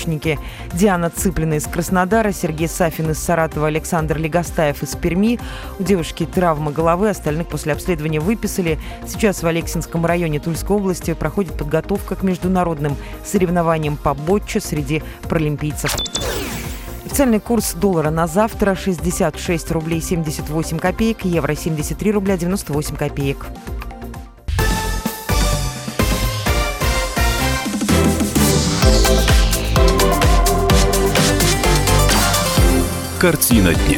позвоночнике. Диана Цыплина из Краснодара, Сергей Сафин из Саратова, Александр Легостаев из Перми. У девушки травма головы, остальных после обследования выписали. Сейчас в Алексинском районе Тульской области проходит подготовка к международным соревнованиям по ботче среди паралимпийцев. Официальный курс доллара на завтра 66 рублей 78 копеек, евро 73 рубля 98 копеек. Картина дня.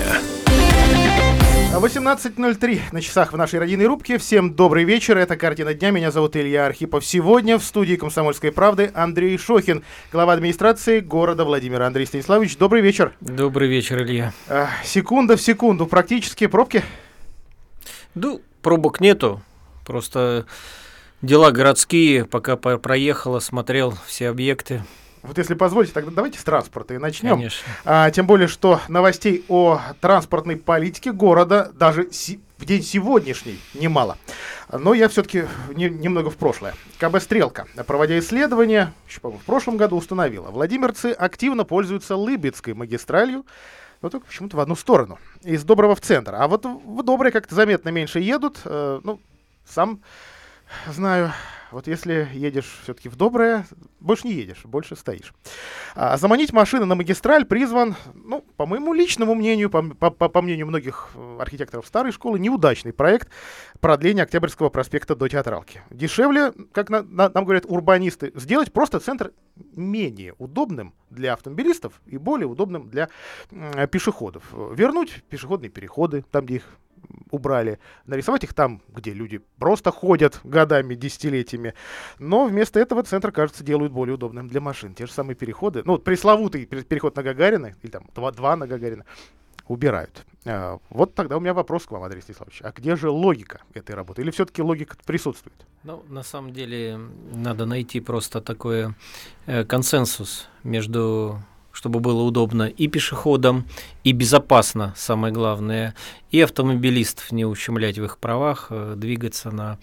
18:03 на часах в нашей родийной рубке. Всем добрый вечер. Это «Картина дня». Меня зовут Илья Архипов. Сегодня в студии «Комсомольской правды» Андрей Шохин, глава администрации города Владимира. Андрей Станиславович, добрый вечер. Добрый вечер, Илья. Секунда в секунду. Практически пробки? Ну, пробок нету. Просто дела городские. Пока проехал, смотрел все объекты. Вот если позволите, тогда давайте с транспорта и начнем. Конечно. Тем более, что новостей о транспортной политике города даже в день сегодняшний немало. Но я все-таки немного в прошлое. КБ «Стрелка», проводя исследования, еще, по-моему, в прошлом году установила, владимирцы активно пользуются Лыбецкой магистралью, но только почему-то в одну сторону, из Доброго в центр. А вот в Доброе как-то заметно меньше едут. Сам знаю... Вот если едешь все-таки в Доброе, больше не едешь, больше стоишь. Заманить машины на магистраль призван, по моему личному мнению, по мнению многих архитекторов старой школы, неудачный проект продления Октябрьского проспекта до Театралки. Дешевле, как нам говорят урбанисты, сделать просто центр менее удобным для автомобилистов и более удобным для пешеходов. Вернуть пешеходные переходы там, где их убрали, нарисовать их там, где люди просто ходят годами, десятилетиями. Но вместо этого центр, кажется, делают более удобным для машин. Те же самые переходы, пресловутый переход на Гагарина, или там два на Гагарина, убирают. Вот тогда у меня вопрос к вам, Андрей Станиславович. А где же логика этой работы? Или все-таки логика присутствует? На самом деле, надо найти просто такой консенсус между... чтобы было удобно и пешеходам, и безопасно, самое главное, и автомобилистов не ущемлять в их правах, двигаться на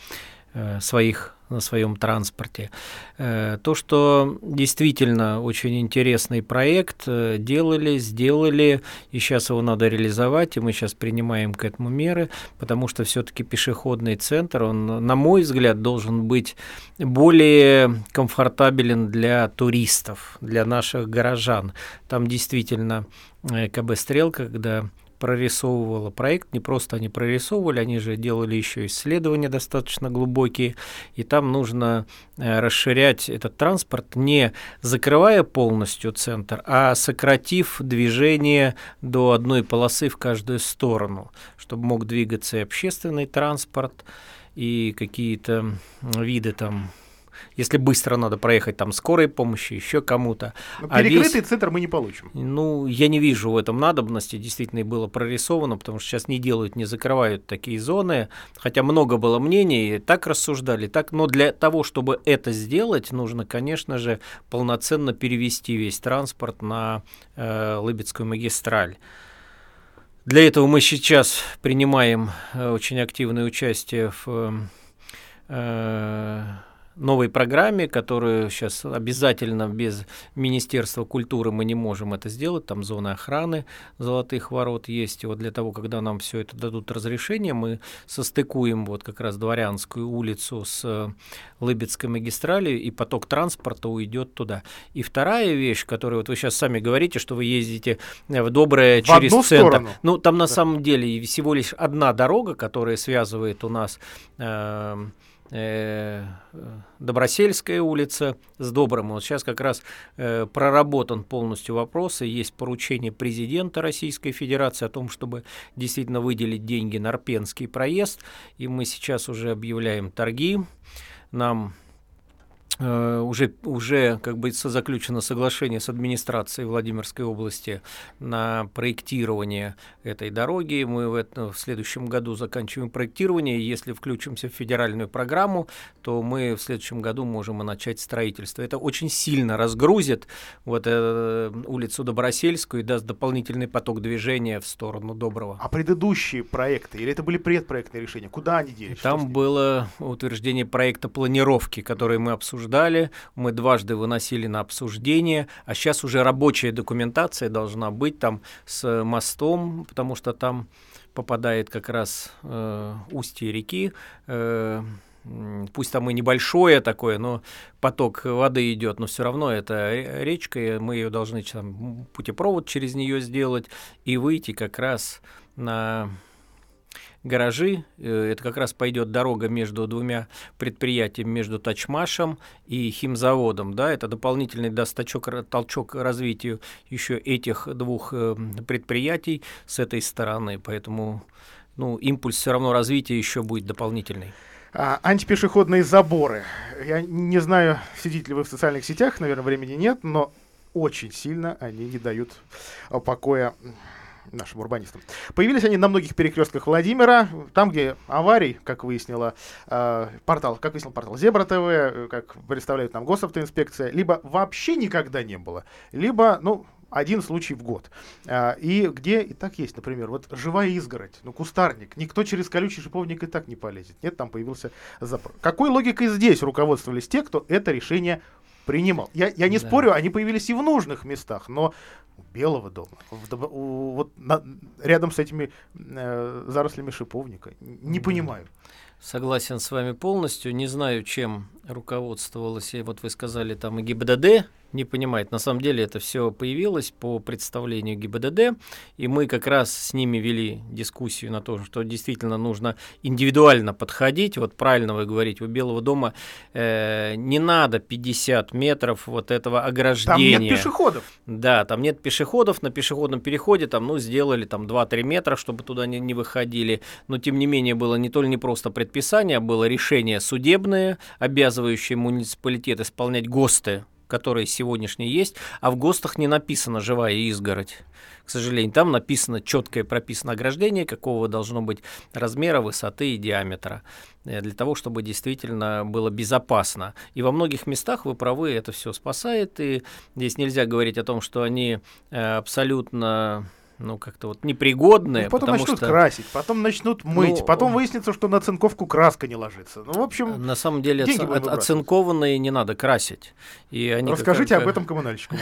своем транспорте. То, что действительно очень интересный проект, сделали, и сейчас его надо реализовать, и мы сейчас принимаем к этому меры, потому что все-таки пешеходный центр, он, на мой взгляд, должен быть более комфортабелен для туристов, для наших горожан. Там действительно КБ «Стрелка», когда прорисовывала проект, не просто они прорисовывали, они же делали еще исследования достаточно глубокие, и там нужно расширять этот транспорт, не закрывая полностью центр, а сократив движение до одной полосы в каждую сторону, чтобы мог двигаться и общественный транспорт, и какие-то виды там, если быстро надо проехать, там, скорой помощи, еще кому-то. Перекрытый центр мы не получим. Я не вижу в этом надобности, действительно и было прорисовано, потому что сейчас не закрывают такие зоны, хотя много было мнений, так рассуждали, так, но для того, чтобы это сделать, нужно, конечно же, полноценно перевести весь транспорт на Лыбецкую магистраль. Для этого мы сейчас принимаем очень активное участие в новой программе, которую сейчас обязательно без Министерства культуры мы не можем это сделать, там зона охраны Золотых ворот есть, и вот для того, когда нам все это дадут разрешение, мы состыкуем вот как раз Дворянскую улицу с Лыбецкой магистралью, и поток транспорта уйдет туда. И вторая вещь, которую вот вы сейчас сами говорите, что вы ездите в Доброе через центр. Там на самом деле всего лишь одна дорога, которая связывает у нас Добросельская улица с Добрым. Вот сейчас как раз проработан полностью вопрос, и есть поручение президента Российской Федерации о том, чтобы действительно выделить деньги на Арпенский проезд, и мы сейчас уже объявляем торги. Нам уже как бы заключено соглашение с администрацией Владимирской области на проектирование этой дороги. Мы в следующем году заканчиваем проектирование. Если включимся в федеральную программу, то мы в следующем году можем и начать строительство. Это очень сильно разгрузит улицу Добросельскую и даст дополнительный поток движения в сторону Доброго. А предыдущие проекты, или это были предпроектные решения, куда они делись? Там было утверждение проекта планировки, который мы обсуждали обсуждали, мы дважды выносили на обсуждение, а сейчас уже рабочая документация должна быть там с мостом, потому что там попадает как раз устье реки, пусть там и небольшое такое, но поток воды идет, но все равно это речка, и мы ее должны там, путепровод через нее сделать и выйти как раз на гаражи. Это как раз пойдет дорога между двумя предприятиями, между Тачмашем и химзаводом. Да, это дополнительный даст толчок развитию еще этих двух предприятий с этой стороны. Поэтому импульс все равно развития еще будет дополнительный. Антипешеходные заборы. Я не знаю, сидите ли вы в социальных сетях, наверное, времени нет, но очень сильно они не дают покоя нашим урбанистам. Появились они на многих перекрестках Владимира, там, где аварий, как выяснил портал Зебра ТВ, как представляют нам госавтоинспекция, либо вообще никогда не было, либо, один случай в год. И где и так есть, например, вот живая изгородь, кустарник, никто через колючий шиповник и так не полезет. Нет, там появился запор. Какой логикой здесь руководствовались те, кто это решение принимал? Я не спорю, они появились и в нужных местах, но у Белого дома, рядом с этими зарослями шиповника, не понимаю. Согласен с вами полностью. Не знаю, чем руководствовалась, вот вы сказали, там и ГИБДД не понимает. На самом деле это все появилось по представлению ГИБДД, и мы как раз с ними вели дискуссию на то, что действительно нужно индивидуально подходить. Вот правильно вы говорите, у Белого дома не надо 50 метров вот этого ограждения. Там нет пешеходов. Да, там нет пешеходов, на пешеходном переходе там, сделали там 2-3 метра, чтобы туда не выходили, но тем не менее было не просто предписание, а было решение судебное, обязывающее муниципалитет исполнять ГОСТы, которые сегодняшние есть, а в ГОСТах не написано «живая изгородь». К сожалению, там написано, четкое прописано ограждение, какого должно быть размера, высоты и диаметра, для того, чтобы действительно было безопасно. И во многих местах, вы правы, это все спасает, и здесь нельзя говорить о том, что они абсолютно как-то непригодные. Потом начнут красить, потом начнут мыть, потом выяснится, что на оцинковку краска не ложится. В общем, на самом деле оцинкованные не надо красить. И они расскажите об этом коммунальщику.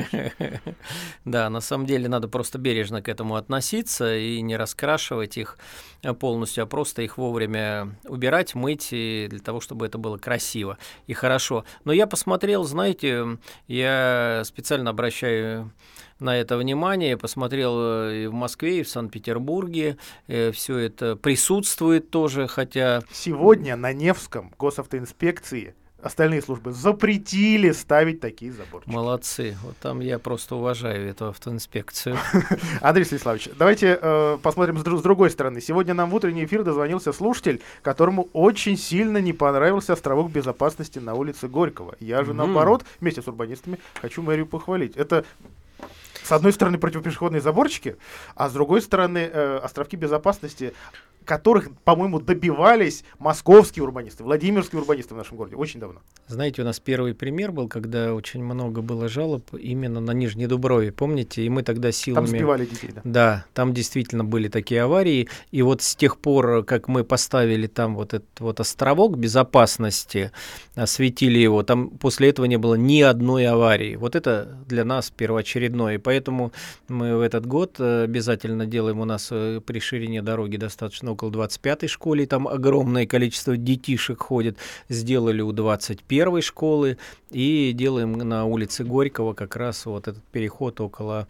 Да, на самом деле надо просто бережно к этому относиться и не раскрашивать их полностью, а просто их вовремя убирать, мыть, для того, чтобы это было красиво и хорошо. Но я посмотрел, знаете, я специально обращаю на это внимание, посмотрел и в Москве, и в Санкт-Петербурге, все это присутствует тоже, хотя... Сегодня на Невском госавтоинспекции остальные службы запретили ставить такие заборчики. Молодцы. Вот там я просто уважаю эту автоинспекцию. Андрей Станиславович, давайте посмотрим с другой стороны. Сегодня нам в утренний эфир дозвонился слушатель, которому очень сильно не понравился островок безопасности на улице Горького. Я же, наоборот, вместе с урбанистами хочу мэрию похвалить. Это... С одной стороны, противопешеходные заборчики, а с другой стороны, островки безопасности, которых, по-моему, добивались московские урбанисты, владимирские урбанисты в нашем городе очень давно. Знаете, у нас первый пример был, когда очень много было жалоб именно на Нижней Дуброве, помните? И мы тогда силами... Там сбивали детей, да? Да, там действительно были такие аварии. И вот с тех пор, как мы поставили там вот этот вот островок безопасности, осветили его, там после этого не было ни одной аварии. Вот это для нас первоочередное. И поэтому мы в этот год обязательно делаем у нас при ширине дороги достаточно около 25-й школе, там огромное количество детишек ходит, сделали у 21-й школы и делаем на улице Горького как раз вот этот переход около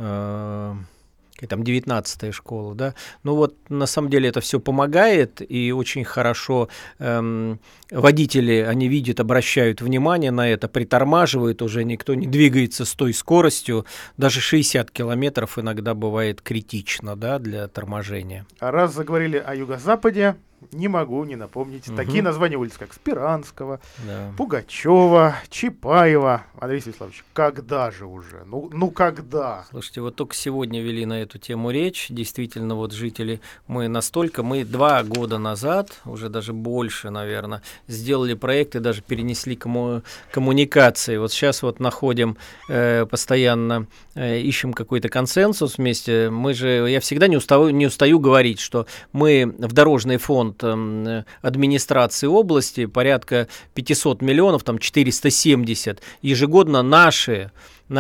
там 19-я школа, да. Ну вот на самом деле это все помогает, и очень хорошо водители, они видят, обращают внимание на это, притормаживают, уже никто не двигается с той скоростью, даже 60 километров иногда бывает критично, да, для торможения. А раз заговорили о юго-западе, не могу не напомнить такие названия улиц, как Спиранского, Пугачева, Чапаева. Андрей Станиславович, когда же уже? Ну когда? Слушайте, вот только сегодня вели на эту тему речь. Действительно, вот жители, мы 2 года назад, уже даже больше, наверное, сделали проект и даже перенесли коммуникации. Вот сейчас вот находим постоянно, ищем какой-то консенсус вместе. Я всегда не устаю говорить, что мы в дорожный фонд ремонт администрации области, порядка 500 миллионов, там 470. Ежегодно наши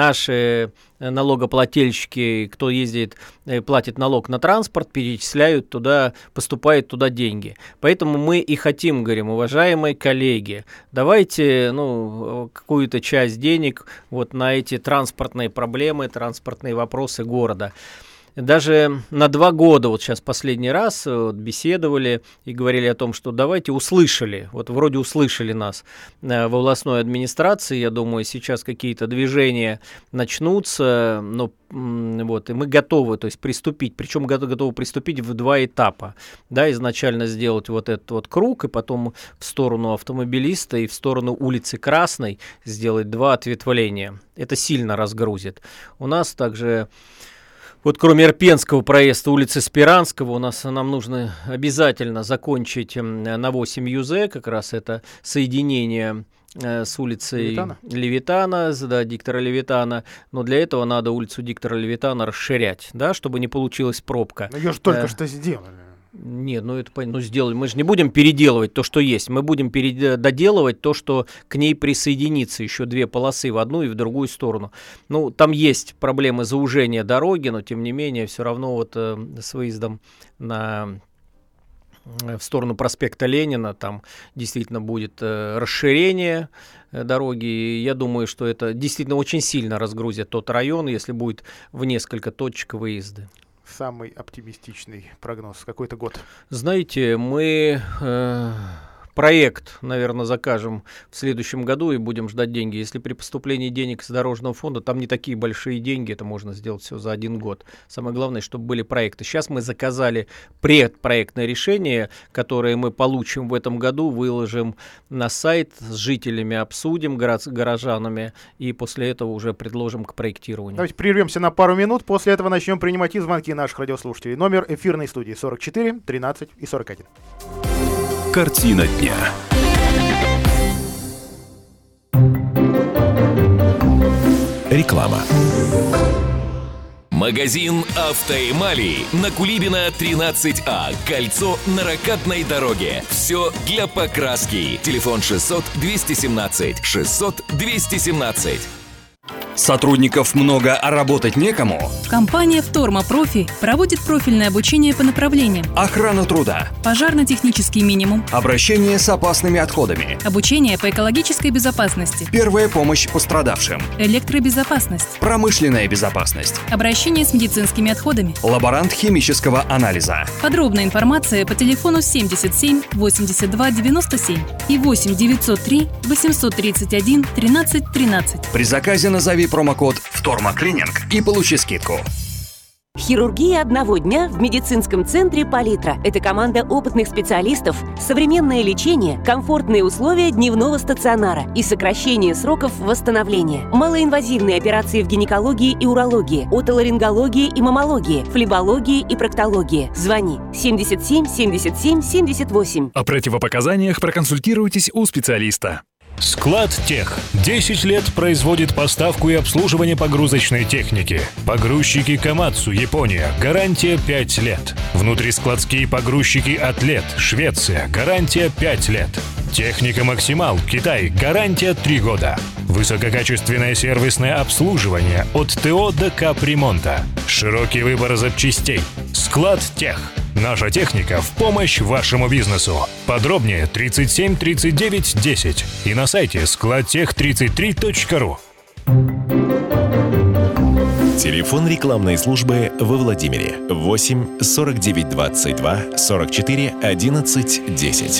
налогоплательщики, кто ездит, платит налог на транспорт, перечисляют туда, поступают туда деньги. Поэтому мы и хотим, говорим, уважаемые коллеги, давайте какую-то часть денег вот на эти транспортные проблемы, транспортные вопросы города. Даже на 2 года, вот сейчас последний раз беседовали и говорили о том, что давайте услышали, вот вроде услышали нас в областной администрации, я думаю, сейчас какие-то движения начнутся, но вот, и мы готовы, то есть приступить, причем готовы приступить в 2 этапа, да, изначально сделать вот этот вот круг, и потом в сторону автомобилиста и в сторону улицы Красной сделать 2 ответвления, это сильно разгрузит. У нас также... Вот кроме Ирпенского проезда, улицы Спиранского, нам нужно обязательно закончить на 8 ЮЗ, как раз это соединение с улицей Левитана, да, диктора Левитана, но для этого надо улицу диктора Левитана расширять, да, чтобы не получилась пробка. Но ее же только что сделали. Нет, это понятно, сделали. Мы же не будем переделывать то, что есть. Мы будем доделывать то, что к ней присоединится. Еще 2 полосы в одну и в другую сторону. Там есть проблемы заужения дороги, но тем не менее, все равно вот с выездом в сторону проспекта Ленина там действительно будет расширение дороги. И я думаю, что это действительно очень сильно разгрузит тот район, если будет в несколько точек выезды. Самый оптимистичный прогноз? Какой-то год? Знаете, мы проект, наверное, закажем в следующем году и будем ждать деньги. Если при поступлении денег с дорожного фонда, там не такие большие деньги, это можно сделать все за 1 год. Самое главное, чтобы были проекты. Сейчас мы заказали предпроектное решение, которое мы получим в этом году, выложим на сайт, с жителями обсудим, горожанами, и после этого уже предложим к проектированию. Давайте прервемся на пару минут, после этого начнем принимать и звонки наших радиослушателей. Номер эфирной студии 44 13 и 41. Картина дня. Реклама. Магазин «Автоэмали» на Кулибина, 13А. Кольцо на Ракатной дороге. Все для покраски. Телефон 600-217. 600-217. Сотрудников много, а работать некому? Компания «Вторма Профи» проводит профильное обучение по направлениям: Охрана труда, пожарно-технический минимум, обращение с опасными отходами, обучение по экологической безопасности, первая помощь пострадавшим, электробезопасность, промышленная безопасность, обращение с медицинскими отходами, лаборант химического анализа. Подробная информация по телефону 77 82 97 и 8 903 831 13 13. При заказе назови промокод «Вторма-клининг» и получи скидку. Хирургия одного дня в медицинском центре «Палитра». Это команда опытных специалистов, современное лечение, комфортные условия дневного стационара и сокращение сроков восстановления. Малоинвазивные операции в гинекологии и урологии, отоларингологии и маммологии, флебологии и проктологии. Звони 77 77 78. О противопоказаниях проконсультируйтесь у специалиста. Склад Тех. 10 лет производит поставку и обслуживание погрузочной техники. Погрузчики Камацу, Япония. Гарантия 5 лет. Внутрискладские погрузчики Атлет, Швеция. Гарантия 5 лет. Техника Максимал, Китай. Гарантия 3 года. Высококачественное сервисное обслуживание от ТО до капремонта. Широкий выбор запчастей. Склад Тех. Наша техника в помощь вашему бизнесу. Подробнее 37 39 10 и на сайте skladtech33.ru. Телефон рекламной службы во Владимире 8 49 22 44 11 10.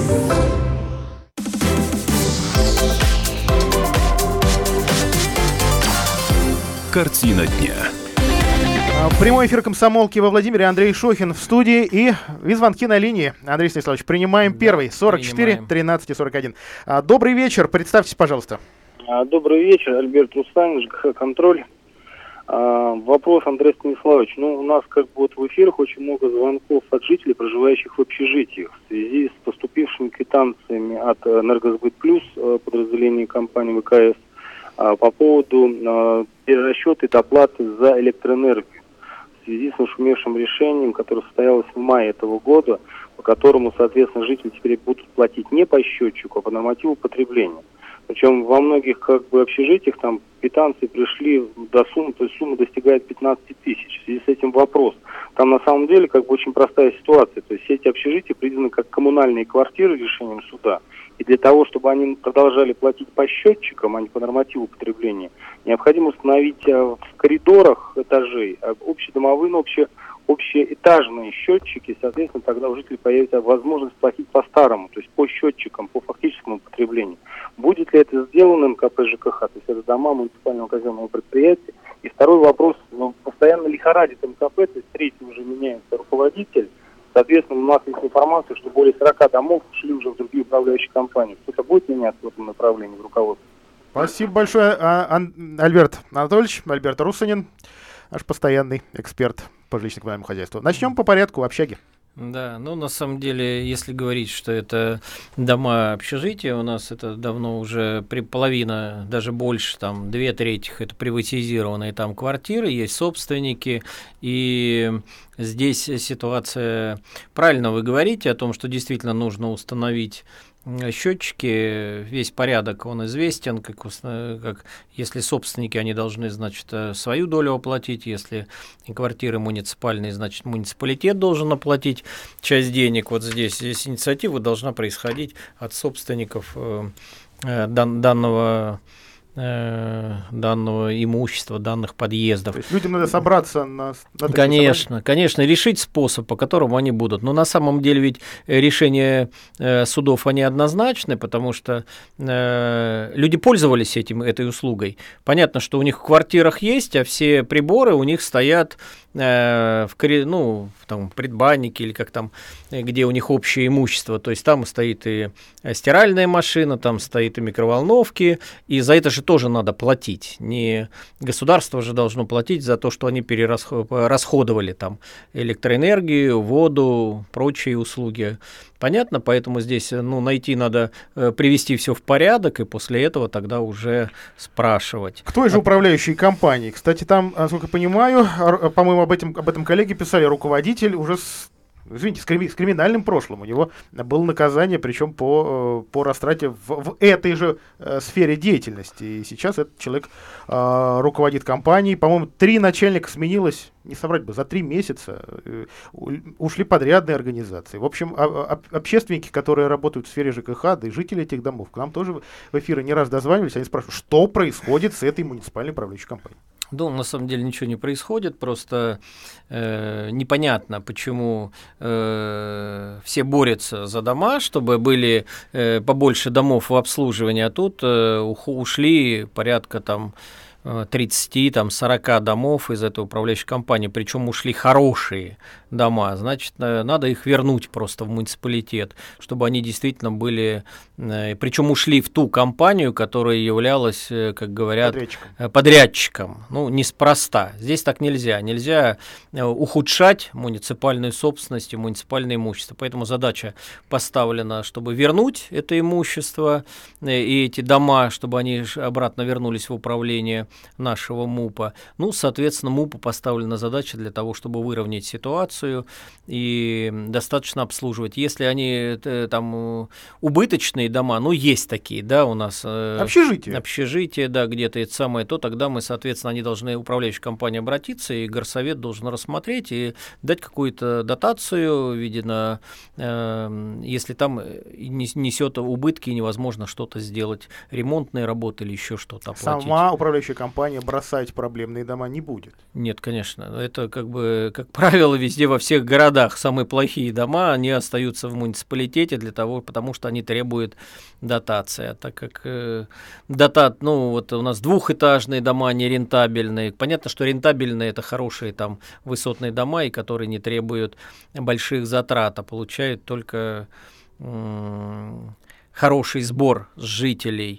Картина дня. Прямой эфир «Комсомолки» во Владимире. Андрей Шохин в студии и звонки на линии. Андрей Станиславович, принимаем первый. 44 13 и 41. Добрый вечер. Представьтесь, пожалуйста. Добрый вечер. Альберт Рустам, ЖКХ «Контроль». Вопрос, Андрей Станиславович. У нас в эфирах очень много звонков от жителей, проживающих в общежитиях. В связи с поступившими квитанциями от «Энергосбыт Плюс», подразделения компании ВКС, по поводу перерасчета и доплаты за электроэнергию. В связи с нашумевшим решением, которое состоялось в мае этого года, по которому, соответственно, жители теперь будут платить не по счетчику, а по нормативу потребления. Причем во многих общежитиях там квитанции пришли до суммы, то есть сумма достигает 15 тысяч. В связи с этим вопрос. Там на самом деле очень простая ситуация. То есть все эти общежития признаны как коммунальные квартиры решением суда. И для того, чтобы они продолжали платить по счетчикам, а не по нормативу потребления, необходимо установить в коридорах этажей общедомовые, общеэтажные счетчики, соответственно, тогда у жителей появится возможность платить по-старому, то есть по счетчикам, по фактическому потреблению. Будет ли это сделано МКП ЖКХ, то есть это дома муниципального казенного предприятия? И второй вопрос, постоянно лихорадит МКП, то есть третий уже меняется руководитель. Соответственно, у нас есть информация, что более 40 домов ушли уже в другие управляющие компании. Что-то будет меняться в этом направлении в руководстве? Спасибо большое, Альберт Анатольевич, Альберт Русанин, наш постоянный эксперт по жилищно-коммунальному хозяйству. Начнем по порядку общаги. Да, на самом деле, если говорить, что это дома общежития, у нас это давно уже половина, даже больше, там 2/3 это приватизированные там квартиры, есть собственники, и здесь ситуация, правильно вы говорите о том, что действительно нужно установить счетчики, весь порядок, он известен, как если собственники, они должны, значит, свою долю оплатить, если квартиры муниципальные, значит, муниципалитет должен оплатить часть денег. Вот здесь инициатива должна происходить от собственников данного имущества, данных подъездов. То есть людям надо собраться Конечно, решить способ, по которому они будут. Но на самом деле ведь решения судов, они однозначны, потому что люди пользовались этой услугой. Понятно, что у них в квартирах есть, а все приборы у них стоят в предбаннике или как там, где у них общее имущество. То есть там стоит и стиральная машина, там стоит и микроволновки, и за это же тоже надо платить. Не государство же должно платить за то, что они расходовали там электроэнергию, воду, прочие услуги. Понятно, поэтому здесь найти надо, привести все в порядок, и после этого тогда уже спрашивать. К той же управляющей компании. Кстати, там, насколько я понимаю, по-моему, об этом коллеги писали, руководитель уже с криминальным прошлым. У него было наказание, причем по растрате в этой же сфере деятельности. И сейчас этот человек руководит компанией. По-моему, 3 начальника сменилось, не соврать бы, за 3 месяца. Ушли подрядные организации. В общем, общественники, которые работают в сфере ЖКХ, да и жители этих домов, к нам тоже в эфиры не раз дозванивались, они спрашивают, что происходит с этой муниципальной управляющей компанией. На самом деле ничего не происходит, просто непонятно, почему все борются за дома, чтобы были побольше домов в обслуживании, а тут ушли порядка 30-40 домов из этой управляющей компании, причем ушли хорошие дома, значит, надо их вернуть просто в муниципалитет, чтобы они действительно были, причем ушли в ту компанию, которая являлась, как говорят, подрядчиком. Неспроста. Здесь так нельзя. Нельзя ухудшать муниципальную собственность и муниципальное имущество. Поэтому задача поставлена, чтобы вернуть это имущество и эти дома, чтобы они обратно вернулись в управление нашего МУПа. Соответственно, МУПу поставлена задача для того, чтобы выровнять ситуацию и достаточно обслуживать. Если они там убыточные дома, есть такие, да, у нас общежитие, да, где-то это самое, то тогда мы, соответственно, они должны, управляющая компания, обратиться, и горсовет должен рассмотреть и дать какую-то дотацию, видно, если там несет убытки и невозможно что-то сделать, ремонтные работы или еще что-то оплатить. Сама управляющая компания бросать проблемные дома не будет? Нет, конечно. Это как правило, везде во всех городах самые плохие дома, они остаются в муниципалитете потому что они требуют дотации. А так как у нас двухэтажные дома нерентабельные, понятно, что рентабельные — это хорошие там высотные дома, и которые не требуют больших затрат, а получают только хороший сбор с жителей.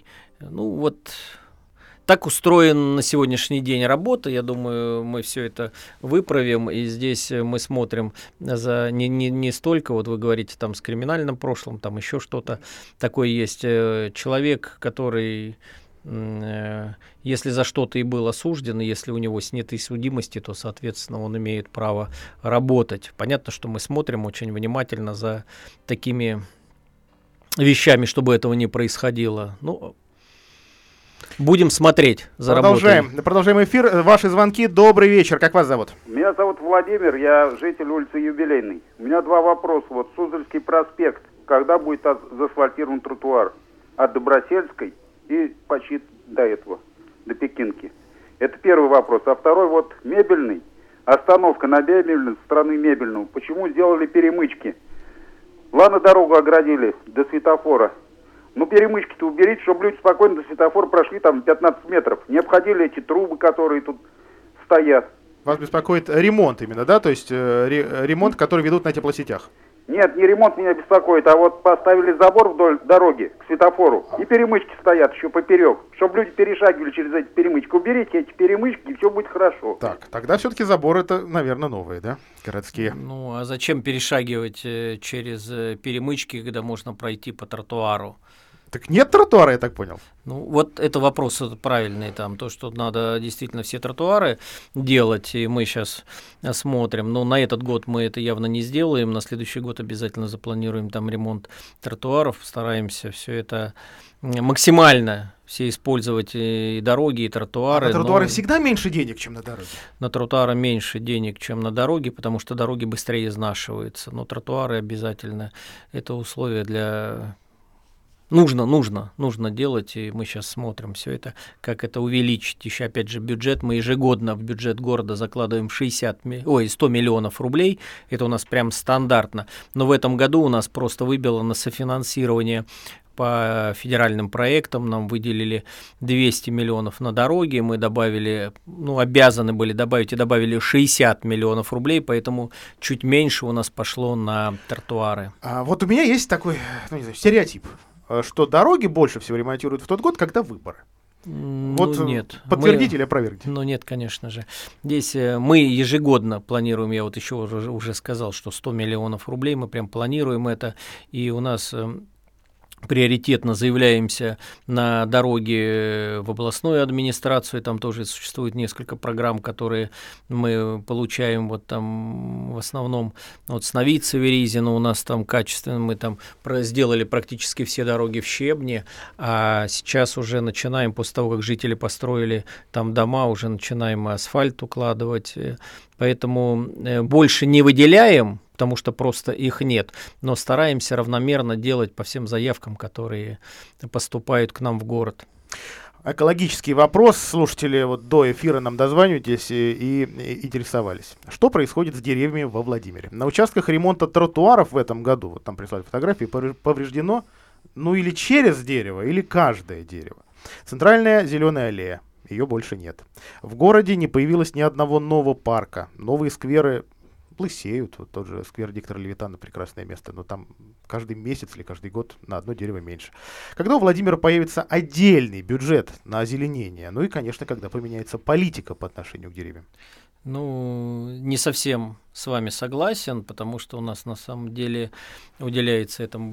Так устроен на сегодняшний день работа. Я думаю, мы все это выправим. И здесь мы смотрим за не столько, вы говорите, там с криминальным прошлым, там еще что-то такое есть. Человек, который если за что-то и был осужден, если у него сняты судимости, то, соответственно, он имеет право работать. Понятно, что мы смотрим очень внимательно за такими вещами, чтобы этого не происходило. Ну, будем смотреть за работой. Продолжаем эфир. Ваши звонки. Добрый вечер. Как вас зовут? Меня зовут Владимир, я житель улицы Юбилейной. У меня два вопроса. Вот Суздальский проспект. Когда будет заасфальтирован тротуар? От Добросельской и почти до этого, до Пекинки. Это первый вопрос. А второй вот Мебельный. Остановка на Мебельной, со стороны Мебельного. Почему сделали перемычки? Ладно, дорогу оградили до светофора. Ну, перемычки-то уберите, чтобы люди спокойно до светофора прошли там 15 метров. Не обходили эти трубы, которые тут стоят. Вас беспокоит ремонт именно, да? То есть ремонт, который ведут на теплосетях? Нет, не ремонт меня беспокоит, а вот поставили забор вдоль дороги к светофору, и перемычки стоят еще поперек, чтобы люди перешагивали через эти перемычки. Уберите эти перемычки, и все будет хорошо. Так, тогда все-таки заборы это, наверное, новые, да? Городские. Ну, а зачем перешагивать через перемычки, когда можно пройти по тротуару? Так нет тротуара, я так понял. Ну, вот это вопрос правильный, там, то, что надо действительно все тротуары делать, и мы сейчас смотрим, но на этот год мы это явно не сделаем, на следующий год обязательно запланируем там ремонт тротуаров, стараемся все это максимально все использовать, и дороги, и тротуары. А на тротуары всегда меньше денег, чем на дороге? На тротуары меньше денег, чем на дороге, потому что дороги быстрее изнашиваются, но тротуары обязательно, это условие для... Нужно делать, и мы сейчас смотрим все это, как это увеличить. Еще, опять же, бюджет. Мы ежегодно в бюджет города закладываем 100 миллионов рублей. Это у нас прям стандартно. Но в этом году у нас просто выбило на софинансирование по федеральным проектам. Нам выделили 200 миллионов на дороги. Мы добавили, обязаны были добавить, и добавили 60 миллионов рублей, поэтому чуть меньше у нас пошло на тротуары. Вот у меня есть такой, стереотип, что дороги больше всего ремонтируют в тот год, когда выборы. Нет. Подтвердите или опровергните? Нет, конечно же. Здесь мы ежегодно планируем, я вот еще уже сказал, что 100 миллионов рублей, мы прям планируем это, и у нас... приоритетно заявляемся на дороги в областную администрацию, там тоже существует несколько программ, которые мы получаем, вот там в основном вот с Новицы-Веризина у нас там качественно, мы там сделали практически все дороги в щебне, а сейчас уже начинаем, после того, как жители построили там дома, уже начинаем асфальт укладывать, поэтому больше не выделяем, потому что просто их нет, но стараемся равномерно делать по всем заявкам, которые поступают к нам в город. Экологический вопрос. Слушатели вот до эфира нам дозванивались и интересовались. Что происходит с деревьями во Владимире? На участках ремонта тротуаров в этом году, вот там прислали фотографии, повреждено, или через дерево, или каждое дерево. Центральная зеленая аллея, ее больше нет. В городе не появилось ни одного нового парка. Новые скверы лысеют. Вот тот же сквер диктора Левитана, прекрасное место, но там каждый месяц или каждый год на одно дерево меньше. Когда у Владимира появится отдельный бюджет на озеленение? И, конечно, когда поменяется политика по отношению к деревьям? Не совсем с вами согласен, потому что у нас на самом деле уделяется этому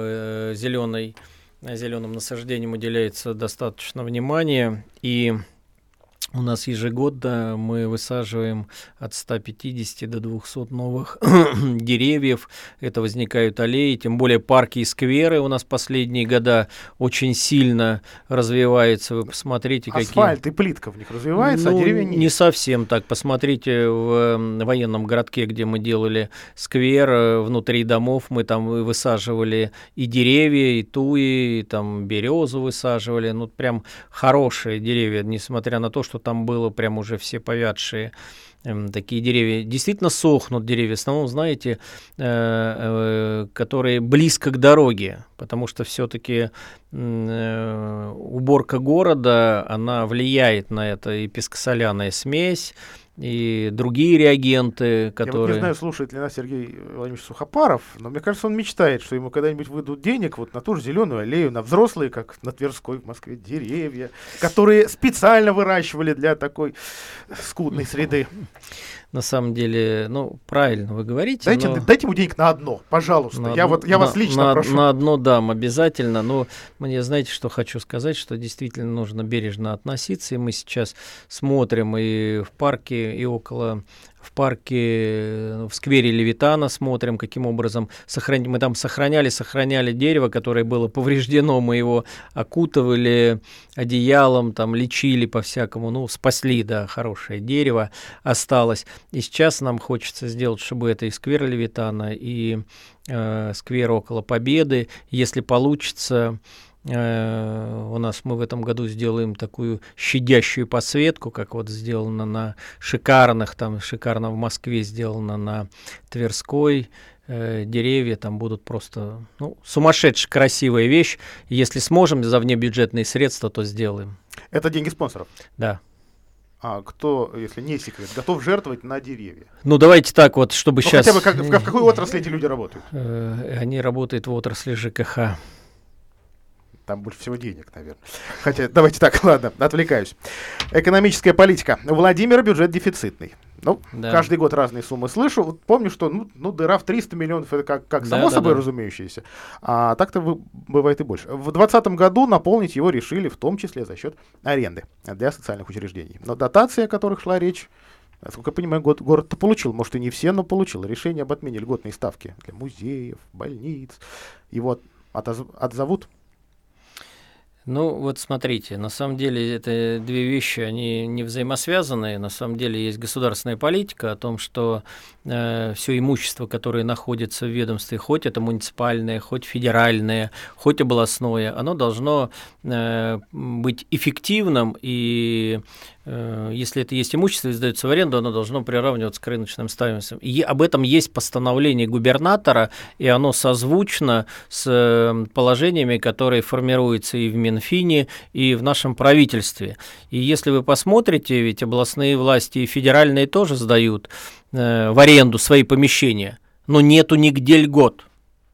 зеленым насаждениям уделяется достаточно внимания, и у нас ежегодно мы высаживаем от 150 до 200 новых деревьев. Это возникают аллеи, тем более парки и скверы у нас последние года очень сильно развиваются. Вы посмотрите, асфальт и плитка в них развивается, а деревья нет. Не совсем так. Посмотрите в военном городке, где мы делали сквер, внутри домов мы там высаживали и деревья, и туи, и там березу высаживали. Прям хорошие деревья, несмотря на то, что там было прям уже все повядшие такие деревья. Действительно сохнут деревья, в основном, знаете, которые близко к дороге, потому что все-таки уборка города, она влияет на это, и пескосоляная смесь, и другие реагенты, которые... Я не знаю, слушает ли нас Сергей Владимирович Сухопаров, но мне кажется, он мечтает, что ему когда-нибудь выйдут денег вот на ту же зеленую аллею, на взрослые, как на Тверской, в Москве, деревья, которые специально выращивали для такой скудной среды. На самом деле, правильно вы говорите. Дайте ему денег на одно, пожалуйста. Я вас лично прошу. На одно дам обязательно, но мне, знаете, что хочу сказать, что действительно нужно бережно относиться, и мы сейчас смотрим и в парке, и в парке, в сквере Левитана смотрим, каким образом мы там сохраняли дерево, которое было повреждено, мы его окутывали одеялом, там лечили по-всякому, спасли, да, хорошее дерево осталось. И сейчас нам хочется сделать, чтобы это и сквер Левитана, и сквер около Победы, если получится. Мы в этом году сделаем такую щадящую подсветку, как вот сделано шикарно в Москве сделано на Тверской. Деревья там будут просто сумасшедшая красивая вещь. Если сможем за внебюджетные средства, то сделаем. Это деньги спонсоров? Да. А кто, если не секрет, готов жертвовать на деревья? Давайте так вот, чтобы сейчас... Хотя бы в какой отрасли эти люди работают? Они работают в отрасли ЖКХ. Там больше всего денег, наверное. Хотя, давайте так, ладно, отвлекаюсь. Экономическая политика. У Владимира бюджет дефицитный. Да. Каждый год разные суммы слышу. Вот помню, что дыра в 300 миллионов, это как само собой разумеющееся. А так-то бывает и больше. В 2020 году наполнить его решили, в том числе за счет аренды для социальных учреждений. Но дотации, о которых шла речь, насколько я понимаю, город-то получил. Может, и не все, но получил. Решение об отмене льготной ставки для музеев, больниц. Его отзовут. Смотрите, на самом деле это две вещи, они не взаимосвязаны. На самом деле есть государственная политика о том, что все имущество, которое находится в ведомстве, хоть это муниципальное, хоть федеральное, хоть областное, оно должно быть эффективным, и если это есть имущество и сдается в аренду, оно должно приравниваться к рыночным стоимостям. И об этом есть постановление губернатора, и оно созвучно с положениями, которые формируются и в Минфине, и в нашем правительстве. И если вы посмотрите, ведь областные власти и федеральные тоже сдают в аренду свои помещения, но нету нигде льгот.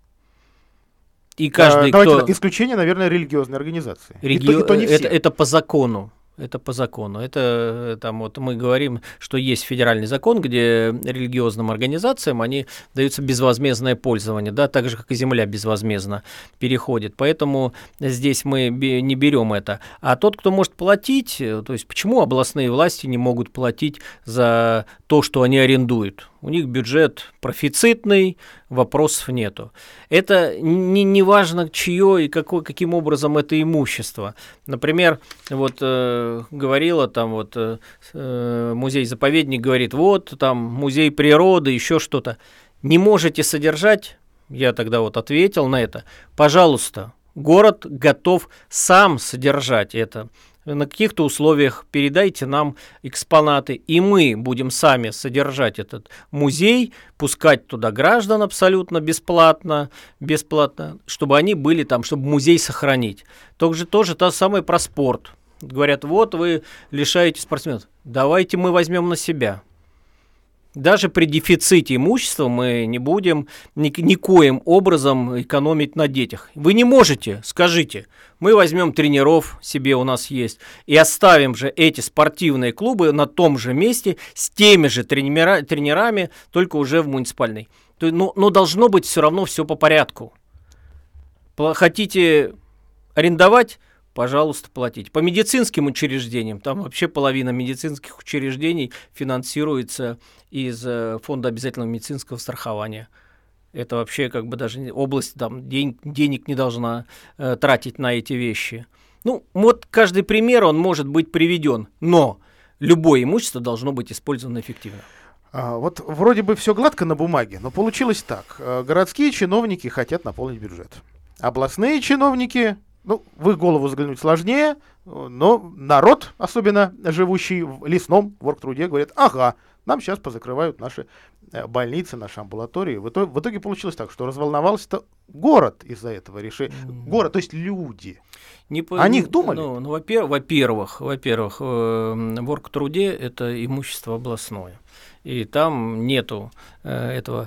И каждый, исключение, наверное, религиозной организации. Это по закону. Это по закону. Это мы говорим, что есть федеральный закон, где религиозным организациям они даются безвозмездное пользование, да, так же, как и земля безвозмездно переходит. Поэтому здесь мы не берем это. А тот, кто может платить, то есть почему областные власти не могут платить за то, что они арендуют? У них бюджет профицитный, вопросов нету. Это не важно, чье и каким образом это имущество. Например, говорила музей-заповедник говорит, там музей природы, еще что-то. Не можете содержать? Я тогда ответил на это. Пожалуйста, город готов сам содержать это. На каких-то условиях передайте нам экспонаты, и мы будем сами содержать этот музей, пускать туда граждан абсолютно бесплатно, чтобы они были там, чтобы музей сохранить. Тоже то самое про спорт. Говорят, вы лишаете спортсменов. Давайте мы возьмем на себя. Даже при дефиците имущества мы не будем никоим образом экономить на детях. Вы не можете, скажите, мы возьмем тренеров, себе у нас есть, и оставим же эти спортивные клубы на том же месте с теми же тренерами, только уже в муниципальной. Но должно быть все равно все по порядку. Хотите арендовать? Пожалуйста, платите. По медицинским учреждениям, там вообще половина медицинских учреждений финансируется из фонда обязательного медицинского страхования. Это вообще даже область денег не должна тратить на эти вещи. Каждый пример, он может быть приведен, но любое имущество должно быть использовано эффективно. Вроде бы все гладко на бумаге, но получилось так. Городские чиновники хотят наполнить бюджет. Областные чиновники... в их голову заглянуть сложнее, но народ, особенно живущий в лесном оргтруде, говорит, нам сейчас позакрывают наши больницы, наши амбулатории. В итоге получилось так, что разволновался город из-за этого решения. Город, то есть люди. О них думали? Во-первых, в оргтруде это имущество областное. И там нету этого.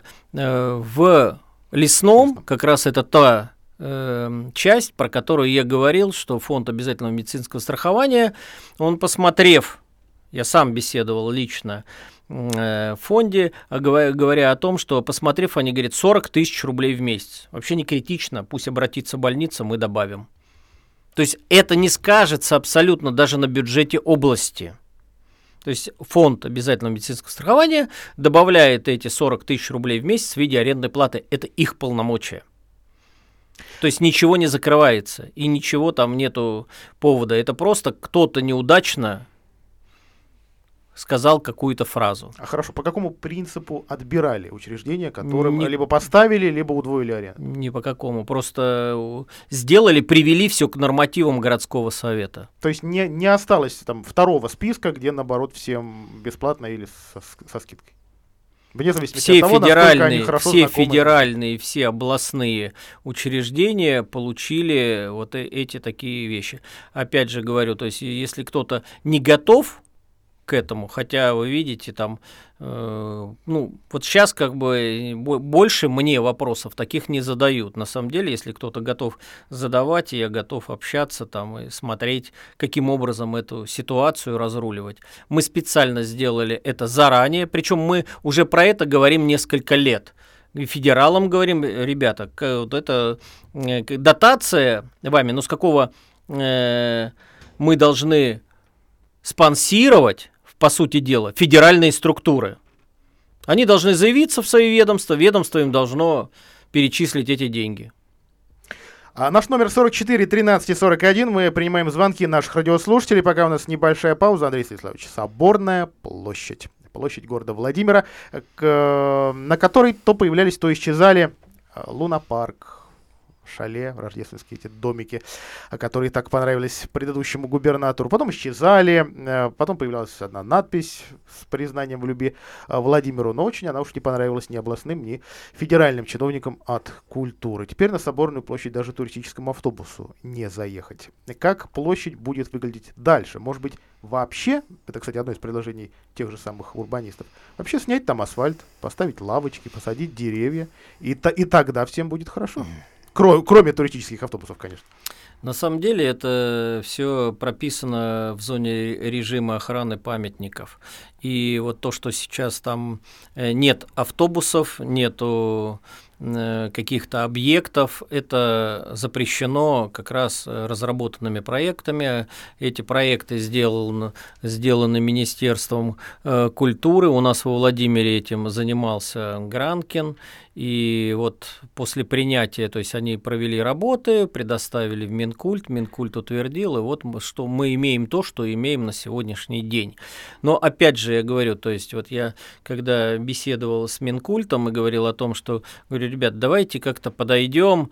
В лесном как раз это та часть, про которую я говорил, что фонд обязательного медицинского страхования, он, посмотрев Я сам беседовал лично в фонде, говоря о том, что, посмотрев, они говорят, 40 тысяч рублей в месяц. Вообще не критично, пусть обратится больница, мы добавим. То есть это не скажется абсолютно даже на бюджете области. То есть фонд обязательного медицинского страхования добавляет эти 40 тысяч рублей в месяц в виде арендной платы. Это их полномочия. То есть ничего не закрывается и ничего там нету повода. Это просто кто-то неудачно сказал какую-то фразу. А хорошо, по какому принципу отбирали учреждения, которым либо поставили, либо удвоили аренду? Ни по какому. Просто сделали, привели все к нормативам городского совета. То есть не осталось там второго списка, где, наоборот, всем бесплатно или со скидкой? Вне зависимости Все от того, федеральные, они хорошо все знакомы. федеральные, все областные учреждения получили вот эти такие вещи. Опять же говорю, то есть если кто-то не готов к этому, хотя вы видите там, вот сейчас как бы больше мне вопросов таких не задают. На самом деле, если кто-то готов задавать, я готов общаться там и смотреть, каким образом эту ситуацию разруливать. Мы специально сделали это заранее, причем мы уже про это говорим несколько лет. И федералам говорим, ребята, вот это дотация вами, с какого мы должны спонсировать, по сути дела, федеральные структуры. Они должны заявиться в свои ведомства, ведомство им должно перечислить эти деньги. Наш номер 44 13 41. Мы принимаем звонки наших радиослушателей. Пока у нас небольшая пауза. Андрей Станиславович, Соборная площадь. Площадь города Владимира, на которой то появлялись, то исчезали лунопарк, шале, рождественские эти домики, которые так понравились предыдущему губернатору. Потом исчезали, потом появлялась одна надпись с признанием в любви Владимиру, но очень она уж не понравилась ни областным, ни федеральным чиновникам от культуры. Теперь на Соборную площадь даже туристическому автобусу не заехать. Как площадь будет выглядеть дальше? Может быть, вообще, это, кстати, одно из предложений тех же самых урбанистов, вообще снять там асфальт, поставить лавочки, посадить деревья, и тогда всем будет хорошо. Кроме туристических автобусов, конечно. На самом деле это все прописано в зоне режима охраны памятников. И вот то, что сейчас там нет автобусов, нету каких-то объектов, это запрещено как раз разработанными проектами. Эти проекты сделаны Министерством культуры. У нас во Владимире этим занимался Гранкин. И вот после принятия, то есть они провели работы, предоставили в Минкульт, Минкульт утвердил, и вот что мы имеем то, что имеем на сегодняшний день. Но опять же я говорю, то есть вот я когда беседовал с Минкультом и говорил о том, что, говорю, ребят, давайте как-то подойдем,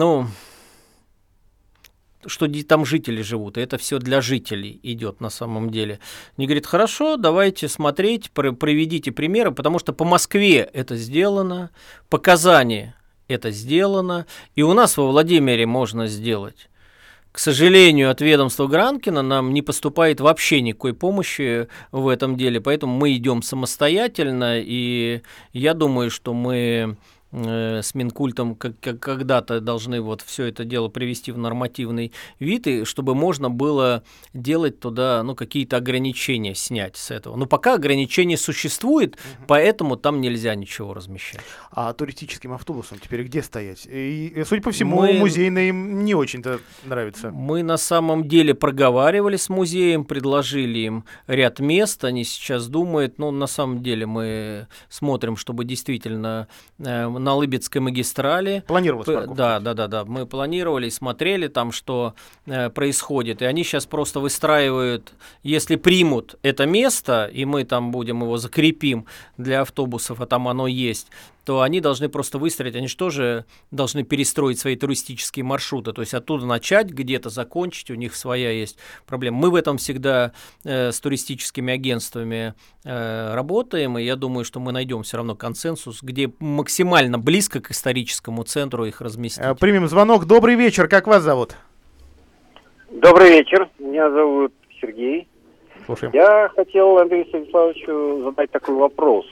что там жители живут, и это все для жителей идет на самом деле. Они говорят, хорошо, давайте смотреть, приведите примеры, потому что по Москве это сделано, по Казани это сделано, и у нас во Владимире можно сделать. К сожалению, от ведомства Гранкина нам не поступает вообще никакой помощи в этом деле, поэтому мы идем самостоятельно, и я думаю, что мы с Минкультом когда-то должны вот все это дело привести в нормативный вид, и чтобы можно было делать туда какие-то ограничения снять с этого. Но пока ограничения существует, поэтому там нельзя ничего размещать. А туристическим автобусом теперь где стоять? И судя по всему, музейные им не очень-то нравится. Мы на самом деле проговаривали с музеем, предложили им ряд мест, они сейчас думают, на самом деле мы смотрим, чтобы действительно на Лыбецкой магистрали. Планировалось парковка. Да. Мы планировали, смотрели там, что происходит. И они сейчас просто выстраивают, если примут это место, и мы там будем его закрепим для автобусов, а там оно есть, то они должны просто выстроить, они же тоже должны перестроить свои туристические маршруты, то есть оттуда начать, где-то закончить, у них своя есть проблема. Мы в этом всегда с туристическими агентствами работаем, и я думаю, что мы найдем все равно консенсус, где максимально близко к историческому центру их разместить. Примем звонок. Добрый вечер, как вас зовут? Добрый вечер, меня зовут Сергей. Слушаем. Я хотел Андрею Станиславовичу задать такой вопрос.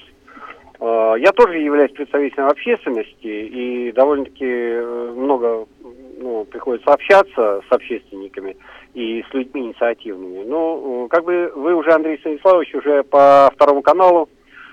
Я тоже являюсь представителем общественности и довольно-таки много приходится общаться с общественниками и с людьми инициативными. Как бы вы уже, Андрей Станиславович, уже по Второму каналу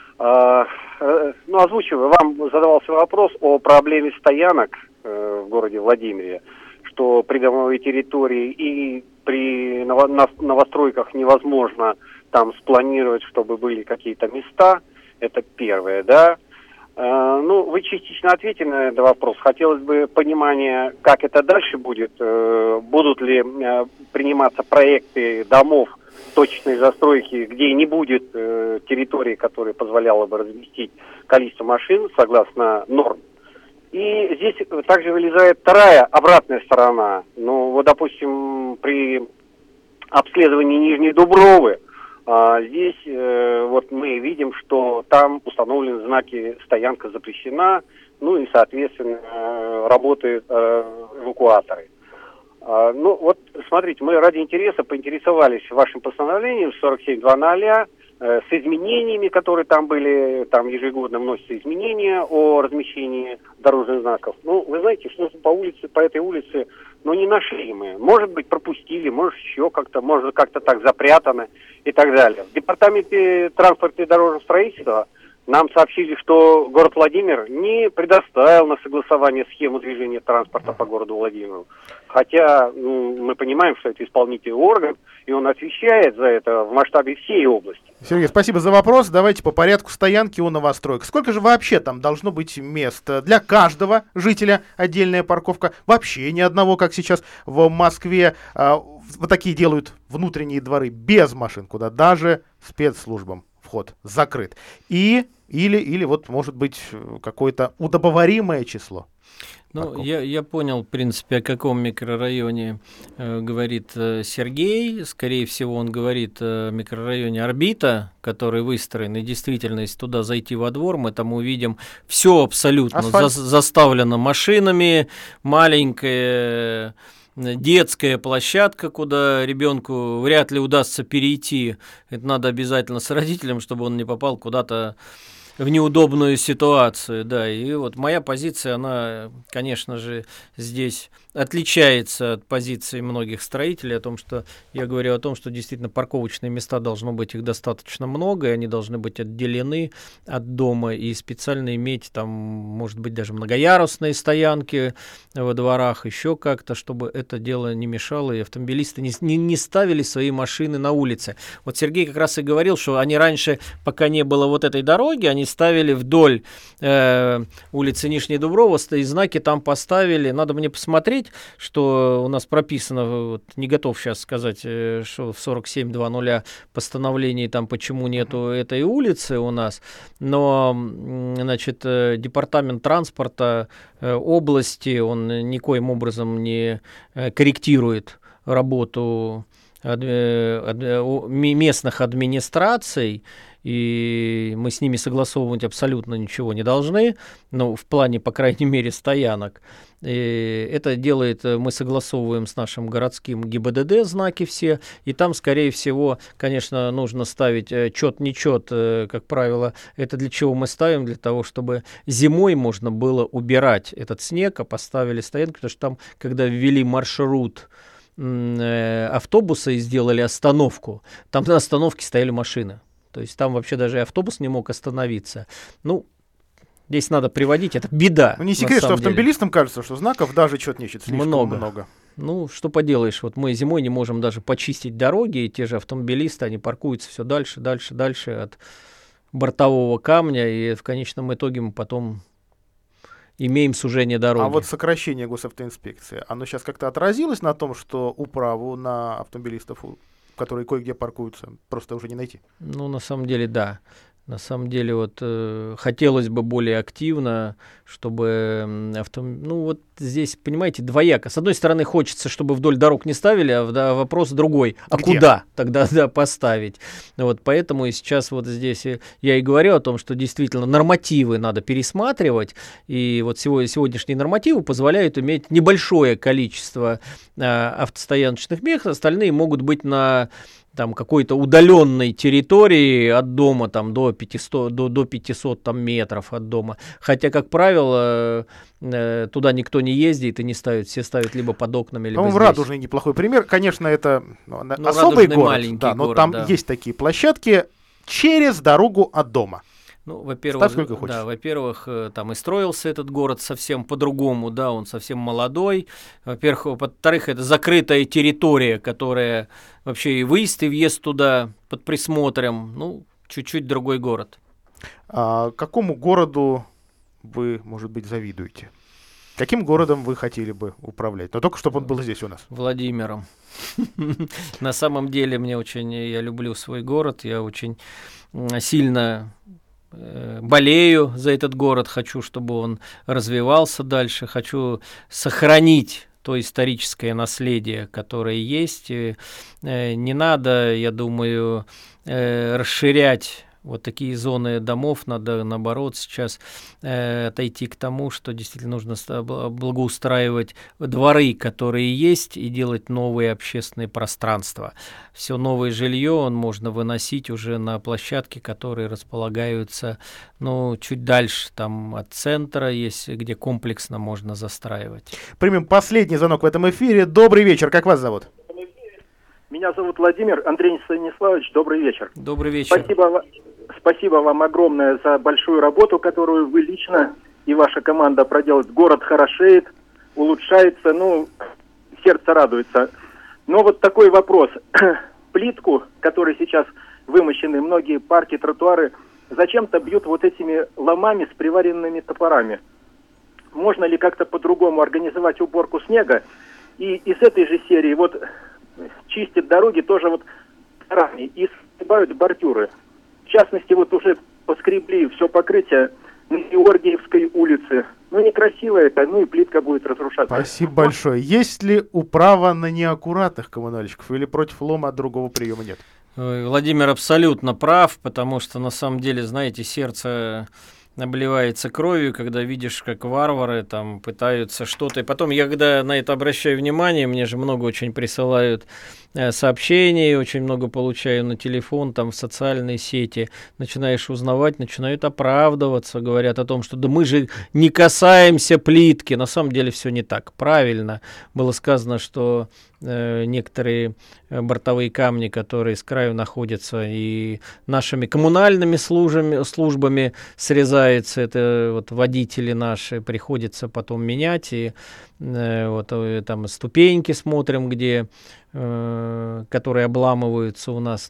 озвучиваю, вам задавался вопрос о проблеме стоянок в городе Владимире, что придомовые территории и при новостройках невозможно там спланировать, чтобы были какие-то места. Это первое, да. Вы частично ответили на этот вопрос. Хотелось бы понимания, как это дальше будет. Будут ли приниматься проекты домов точечной застройки, где не будет территории, которая позволяла бы разместить количество машин согласно норм. И здесь также вылезает вторая, обратная сторона. Допустим, при обследовании Нижней Дубровы, здесь мы видим, что там установлены знаки «стоянка запрещена», и, соответственно, работают эвакуаторы. Смотрите, мы ради интереса поинтересовались вашим постановлением 47.2.0 с изменениями, которые там были, там ежегодно вносятся изменения о размещении дорожных знаков. Вы знаете, что по этой улице, не нашли мы. Может быть, пропустили, может, еще как-то, может, как-то так запрятано и так далее. В департаменте транспорта и дорожного строительства нам сообщили, что город Владимир не предоставил на согласование схему движения транспорта по городу Владимиру. Хотя мы понимаем, что это исполнительный орган, и он отвечает за это в масштабе всей области. Сергей, спасибо за вопрос. Давайте по порядку стоянки у новостроек. Сколько же вообще там должно быть мест? Для каждого жителя отдельная парковка? Вообще ни одного, как сейчас в Москве. Вот такие делают внутренние дворы без машин, куда даже спецслужбам вход закрыт. Или вот может быть какое-то удобоваримое число. Я понял, в принципе, о каком микрорайоне говорит Сергей. Скорее всего, он говорит о микрорайоне Орбита, который выстроен. И действительно, если туда зайти во двор, мы там увидим все абсолютно заставлено машинами, маленькая детская площадка, куда ребенку вряд ли удастся перейти. Это надо обязательно с родителем, чтобы он не попал куда-то в неудобную ситуацию, да, и вот моя позиция, она, конечно же, здесь отличается от позиции многих строителей, я говорю о том, что действительно парковочные места должно быть, их достаточно много, и они должны быть отделены от дома, и специально иметь там, может быть, даже многоярусные стоянки во дворах, еще как-то, чтобы это дело не мешало, и автомобилисты не ставили свои машины на улице. Вот Сергей как раз и говорил, что они раньше, пока не было вот этой дороги, они ставили вдоль улицы Нижней Дубровы, и знаки там поставили, надо мне посмотреть, что у нас прописано, не готов сейчас сказать, что в 47.2.0 постановлении там почему нету этой улицы у нас, но, значит, департамент транспорта области, он никоим образом не корректирует работу местных администраций, и мы с ними согласовывать абсолютно ничего не должны, в плане, по крайней мере, стоянок. И это делает, мы согласовываем с нашим городским ГИБДД знаки все, и там, скорее всего, конечно, нужно ставить чет-нечет, как правило. Это для чего мы ставим? Для того, чтобы зимой можно было убирать этот снег, а поставили стоянки, потому что там, когда ввели маршрут автобуса и сделали остановку, там на остановке стояли машины. То есть там вообще даже автобус не мог остановиться. Здесь надо приводить, это беда. Не секрет, что автомобилистам кажется, что знаков даже что-то нечет слишком много. Что поделаешь, вот мы зимой не можем даже почистить дороги, и те же автомобилисты, они паркуются все дальше от бортового камня, и в конечном итоге мы потом имеем сужение дороги. А вот сокращение госавтоинспекции, оно сейчас как-то отразилось на том, что управу на автомобилистов, которые кое-где паркуются, просто уже не найти? На самом деле, да. На самом деле, вот хотелось бы более активно, чтобы вот здесь, понимаете, двояко. С одной стороны, хочется, чтобы вдоль дорог не ставили, а вопрос другой. А где? Куда тогда поставить? Вот поэтому и сейчас вот здесь я и говорю о том, что действительно нормативы надо пересматривать. И вот сегодняшние нормативы позволяют иметь небольшое количество автостояночных мест, остальные могут быть на там какой-то удаленной территории от дома там, до 500 там, метров от дома. Хотя, как правило, туда никто не ездит и не ставит. Все ставят либо под окнами, либо здесь. Радужный неплохой пример. Конечно, это особый город, да, но город, там да. есть такие площадки через дорогу от дома. Ну, во-первых, там и строился этот город совсем по-другому, да, он совсем молодой. Во-вторых, это закрытая территория, которая вообще и выезд, и въезд туда под присмотром, ну, чуть-чуть другой город. А какому городу вы, может быть, завидуете? Каким городом вы хотели бы управлять? Но только чтобы он был здесь у нас. Владимиром. На самом деле, я люблю свой город, я очень сильно болею за этот город, хочу, чтобы он развивался дальше, хочу сохранить то историческое наследие, которое есть. Не надо, я думаю, расширять вот такие зоны домов, надо, наоборот, сейчас отойти к тому, что действительно нужно благоустраивать дворы, которые есть, и делать новые общественные пространства. Все новое жилье можно выносить уже на площадки, которые располагаются, чуть дальше, там от центра есть, где комплексно можно застраивать. Примем последний звонок в этом эфире. Добрый вечер, как вас зовут? Меня зовут Владимир. Андрей Станиславович, добрый вечер. Добрый вечер. Спасибо вам огромное за большую работу, которую вы лично и ваша команда проделают. Город хорошеет, улучшается, сердце радуется. Но вот такой вопрос. Плитку, которой сейчас вымощены многие парки, тротуары, зачем-то бьют вот этими ломами с приваренными топорами. Можно ли как-то по-другому организовать уборку снега? И из этой же серии чистят дороги тоже топорами и сгибают бордюры. В частности, уже поскребли все покрытие на Георгиевской улице. Некрасиво это, и плитка будет разрушаться. Спасибо большое. Есть ли управа на неаккуратных коммунальщиков или против лома другого приема нет? Владимир абсолютно прав, потому что на самом деле, знаете, сердце обливается кровью, когда видишь, как варвары там пытаются что-то. И потом я, когда на это обращаю внимание, мне же много очень присылают сообщений, очень много получаю на телефон, там в социальные сети, начинаешь узнавать, начинают оправдываться, говорят о том, что да мы же не касаемся плитки. На самом деле все не так. Правильно было сказано, что некоторые бортовые камни, которые с краю находятся и нашими коммунальными службами срезаются, это водители наши, приходится потом менять, и там ступеньки смотрим, где которые обламываются у нас.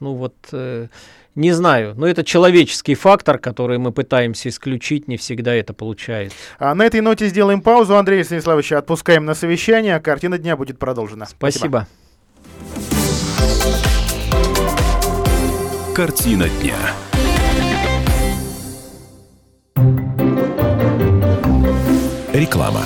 Не знаю, но это человеческий фактор, который мы пытаемся исключить, не всегда это получается. А на этой ноте сделаем паузу. Андрея Станиславовича отпускаем на совещание. Картина дня будет продолжена. Спасибо. Картина дня. Реклама.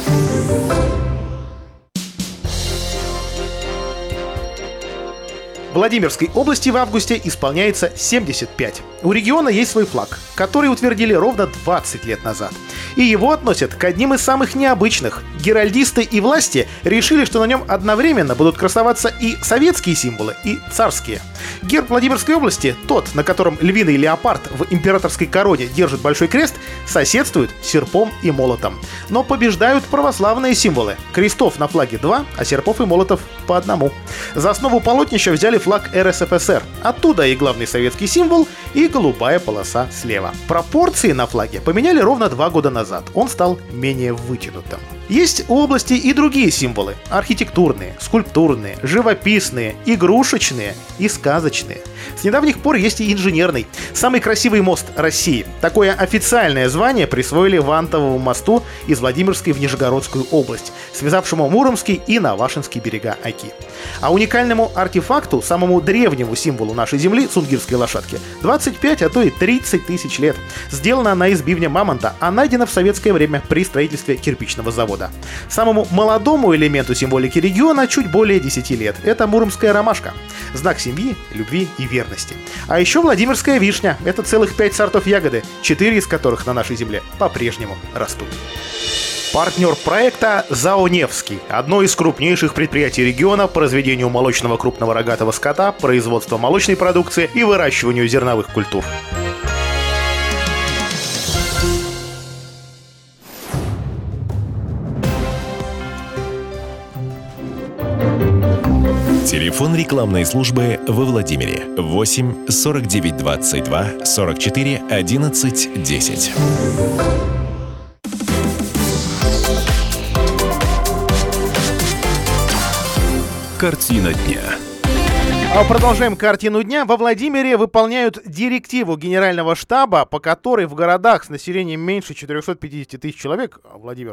В Владимирской области в августе исполняется 75. У региона есть свой флаг, который утвердили ровно 20 лет назад. И его относят к одним из самых необычных. Геральдисты и власти решили, что на нем одновременно будут красоваться и советские символы, и царские. Герб Владимирской области, тот, на котором львиный леопард в императорской короне держит большой крест, соседствует с серпом и молотом. Но побеждают православные символы. Крестов на флаге 2, а серпов и молотов по одному. За основу полотнища взяли флаг РСФСР. Оттуда и главный советский символ, и голубая полоса слева. Пропорции на флаге поменяли ровно 2 года назад. Он стал менее вытянутым. Есть у области и другие символы. Архитектурные, скульптурные, живописные, игрушечные и сказочные. С недавних пор есть и инженерный. Самый красивый мост России. Такое официальное звание присвоили Вантовому мосту из Владимирской в Нижегородскую область, связавшему Муромский и Навашинский берега Оки. А уникальному артефакту, самому древнему символу нашей земли, цунгирской лошадке, 25, а то и 30 тысяч лет. Сделана она из бивня мамонта, а найдена в советское время при строительстве кирпичного завода. года. Самому молодому элементу символики региона чуть более 10 лет. Это муромская ромашка. Знак семьи, любви и верности. А еще Владимирская вишня. Это целых 5 сортов ягоды, 4 из которых на нашей земле по-прежнему растут. Партнер проекта ЗАО «Невский» – одно из крупнейших предприятий региона по разведению молочного крупного рогатого скота, производству молочной продукции и выращиванию зерновых культур. Телефон рекламной службы во Владимире 8 49 22 44 11 10. Картина дня. Продолжаем картину дня. Во Владимире выполняют директиву Генерального штаба, по которой в городах с населением меньше 450 тысяч человек, Владимир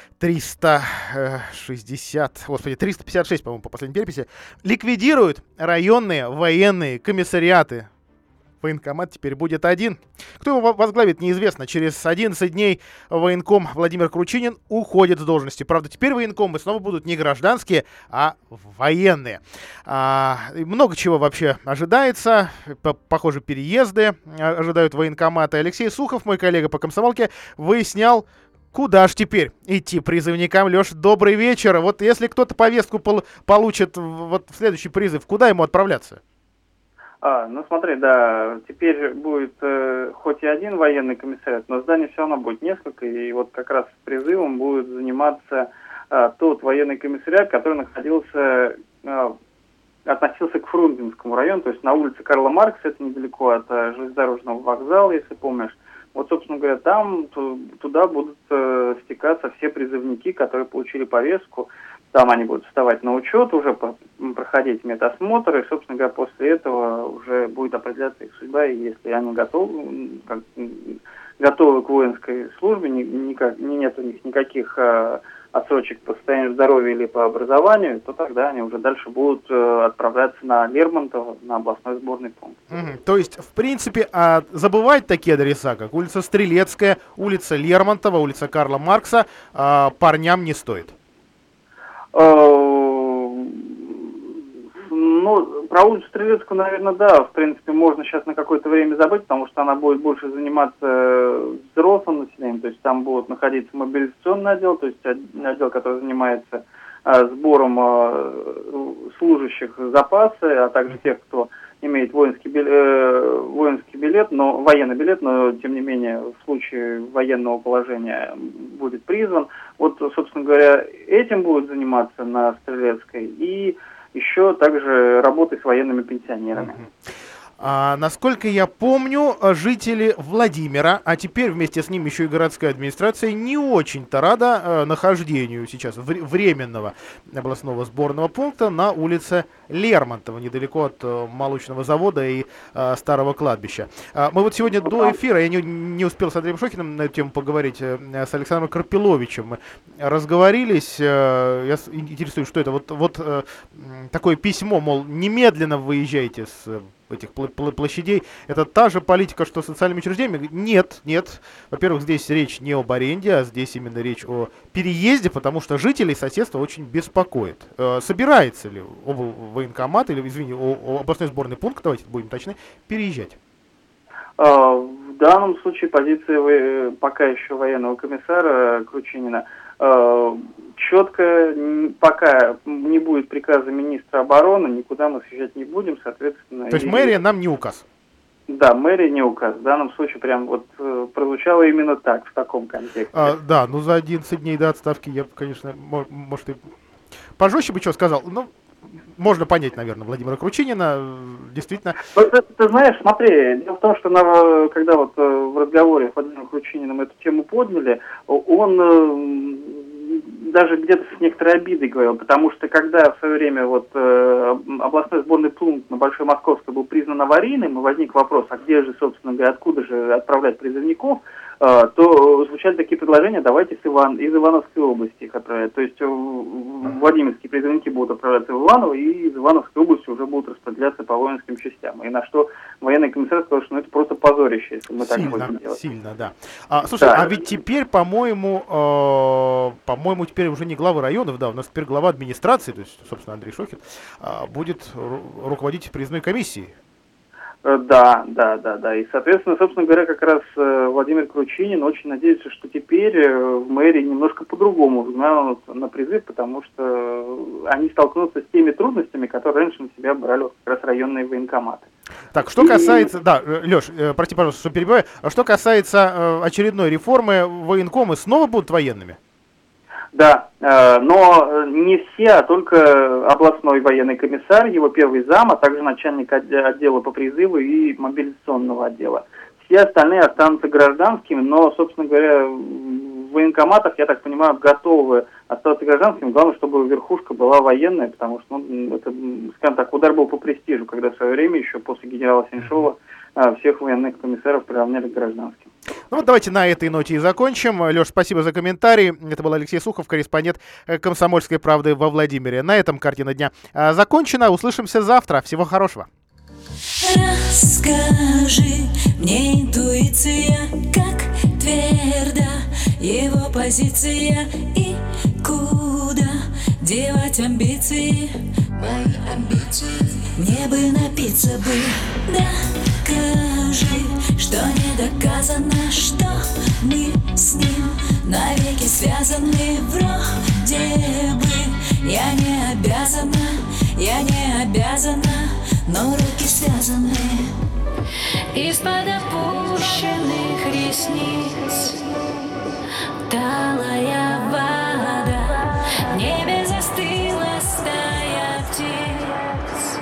356, по-моему, по последней переписи, ликвидируют районные военные комиссариаты. Военкомат теперь будет один. Кто его возглавит, неизвестно. Через 11 дней военком Владимир Кручинин уходит с должности. Правда, теперь военкомы снова будут не гражданские, а военные. Много чего вообще ожидается. Похоже, переезды ожидают военкоматы. Алексей Сухов, мой коллега по комсомолке, выяснял, куда ж теперь идти призывникам. Леш, добрый вечер. Вот если кто-то повестку получит вот в следующий призыв, куда ему отправляться? Ну смотри, да, теперь будет хоть и один военный комиссариат, но зданий все равно будет несколько, и вот как раз призывом будет заниматься тот военный комиссариат, который относился к Фрунзенскому району, то есть на улице Карла Маркса, это недалеко от железнодорожного вокзала, если помнишь. Вот, собственно говоря, там туда будут стекаться все призывники, которые получили повестку. Там они будут вставать на учет, уже проходить медосмотр, и, собственно говоря, после этого уже будет определяться их судьба, и если они готовы к воинской службе, нет у них никаких отсрочек по состоянию здоровья или по образованию, то тогда они уже дальше будут отправляться на Лермонтово, на областной сборный пункт. То есть, в принципе, забывать такие адреса, как улица Стрелецкая, улица Лермонтова, улица Карла Маркса, парням не стоит? Про улицу Стрелецкую, наверное, да, в принципе, можно сейчас на какое-то время забыть, потому что она будет больше заниматься взрослым населением, то есть там будет находиться мобилизационный отдел, то есть отдел, который занимается сбором служащих запаса, а также тех, кто имеет военный билет, но тем не менее в случае военного положения будет призван. Вот, собственно говоря, этим будут заниматься на Стрелецкой и еще также работой с военными пенсионерами. Насколько я помню, жители Владимира, а теперь вместе с ним еще и городская администрация, не очень-то рада нахождению сейчас временного областного сборного пункта на улице Лермонтова, недалеко от молочного завода и старого кладбища. Мы вот сегодня до эфира, я не успел с Андреем Шохиным на эту тему поговорить, с Александром Карпиловичем мы разговорились. Я интересуюсь, что это. Вот такое письмо, мол, немедленно выезжайте с этих площадей. Это та же политика, что с социальными учреждениями? Нет. Во-первых, здесь речь не об аренде, а здесь именно речь о переезде, потому что жителей соседства очень беспокоит. Собирается ли военкомат, или, областной сборный пункт, давайте будем точны, переезжать? В данном случае позиция пока еще военного комиссара Кручинина четко, пока не будет приказа министра обороны, никуда мы съезжать не будем, соответственно. То есть мэрия нам не указ? Да, мэрия не указ. В данном случае прям вот прозвучало именно так, в таком контексте. Да, за 11 дней до отставки я, конечно, может, и пожестче бы что сказал, но можно понять, наверное, Владимира Кручинина, действительно. Ты знаешь, смотри, дело в том, что когда вот в разговоре с Владимиром Кручининым эту тему подняли, он даже где-то с некоторой обидой говорил, потому что когда в свое время областной сборный пункт на Большой Московской был признан аварийным, и возник вопрос, а где же, собственно говоря, откуда же отправлять призывников, то звучали такие предложения: давайте из Ивановской области их отправлять. То есть владимирские призывники будут отправляться в Иваново, и из Ивановской области уже будут распределяться по воинским частям. И на что военный комиссар сказал, что это просто позорище, если мы так будем делать. Сильно, да. Слушай, да. А ведь теперь, по-моему, теперь уже не глава районов, да, у нас теперь глава администрации, то есть, собственно, Андрей Шохин, будет руководить приездной комиссией. Да. И, соответственно, собственно говоря, как раз Владимир Кручинин очень надеется, что теперь в мэрии немножко по-другому взглянут на призыв, потому что они столкнутся с теми трудностями, которые раньше на себя брали как раз районные военкоматы. Так, что касается... Да, Леш, прости, пожалуйста, что перебиваю. Что касается очередной реформы, военкомы снова будут военными? Да, но не все, а только областной военный комиссар, его первый зам, а также начальник отдела по призыву и мобилизационного отдела. Все остальные останутся гражданскими, но, собственно говоря, в военкоматах, я так понимаю, готовы остаться гражданскими. Главное, чтобы верхушка была военная, потому что, это, скажем так, удар был по престижу, когда в свое время, еще после генерала Сеньшова, всех военных комиссаров приравняли к гражданским. Ну вот давайте на этой ноте и закончим. Леш, спасибо за комментарий. Это был Алексей Сухов, корреспондент «Комсомольской правды» во Владимире. На этом «Картина дня» закончена. Услышимся завтра. Всего хорошего. Расскажи мне, интуиция, как тверда его позиция и куда девать амбиции, мои амбиции. Мне бы напиться бы, докажи, что не доказано, что мы с ним навеки связаны. Вроде бы я не обязана, но руки связаны. Из-под опущенных ресниц талая вода, в небе застыла стая птиц.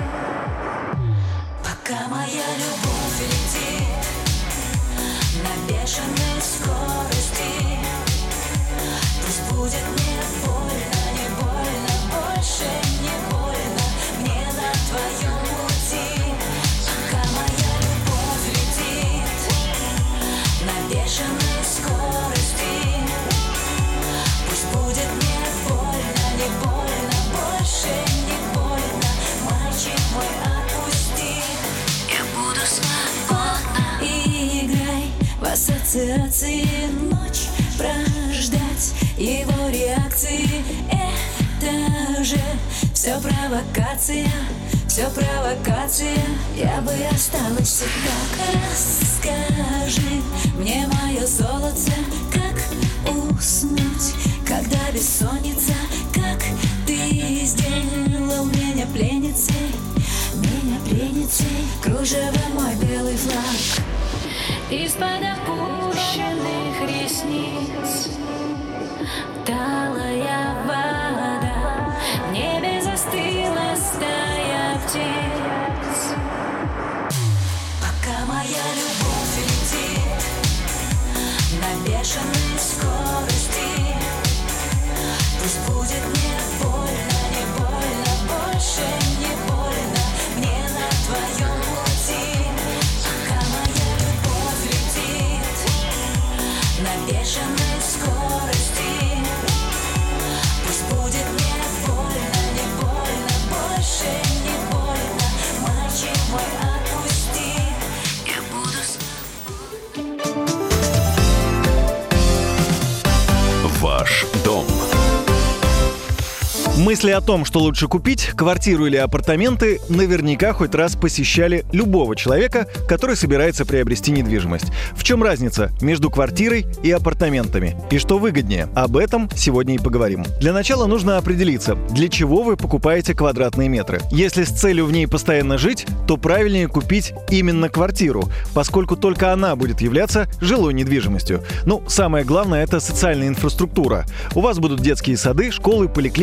Пока моя любовь летит на бешеной скорости, пусть будет мне больно, не больно, больше не больно мне на твоем пути. Пока моя любовь летит на бешеной скорости, пусть будет мне больно, не больно, больше не больно, мальчик мой, отпусти. Я буду свободна. Играй в ассоциации, ночь прождать его реакции. Это же все провокация, я бы осталась всегда. Расскажи мне, мое золото, как уснуть, когда бессонница, как ты сделал меня пленницей, кружево мой белый флаг. Из-под опущенных ресниц талая вода, в небе застыла стая птиц. Пока моя любовь летит на бешеной скорости, пусть будет мне больно, не больно, больше не больно мне на твоем пути. Пока моя любовь летит на бешеной скорости, пусть будет мне больно, не больно, больше не больно, мальчик мой, отпусти. Я буду Ваш дом. Мысли о том, что лучше купить, квартиру или апартаменты, наверняка хоть раз посещали любого человека, который собирается приобрести недвижимость. В чем разница между квартирой и апартаментами? И что выгоднее? Об этом сегодня и поговорим. Для начала нужно определиться, для чего вы покупаете квадратные метры. Если с целью в ней постоянно жить, то правильнее купить именно квартиру, поскольку только она будет являться жилой недвижимостью. Ну, самое главное – это социальная инфраструктура. У вас будут детские сады, школы, поликлиники и так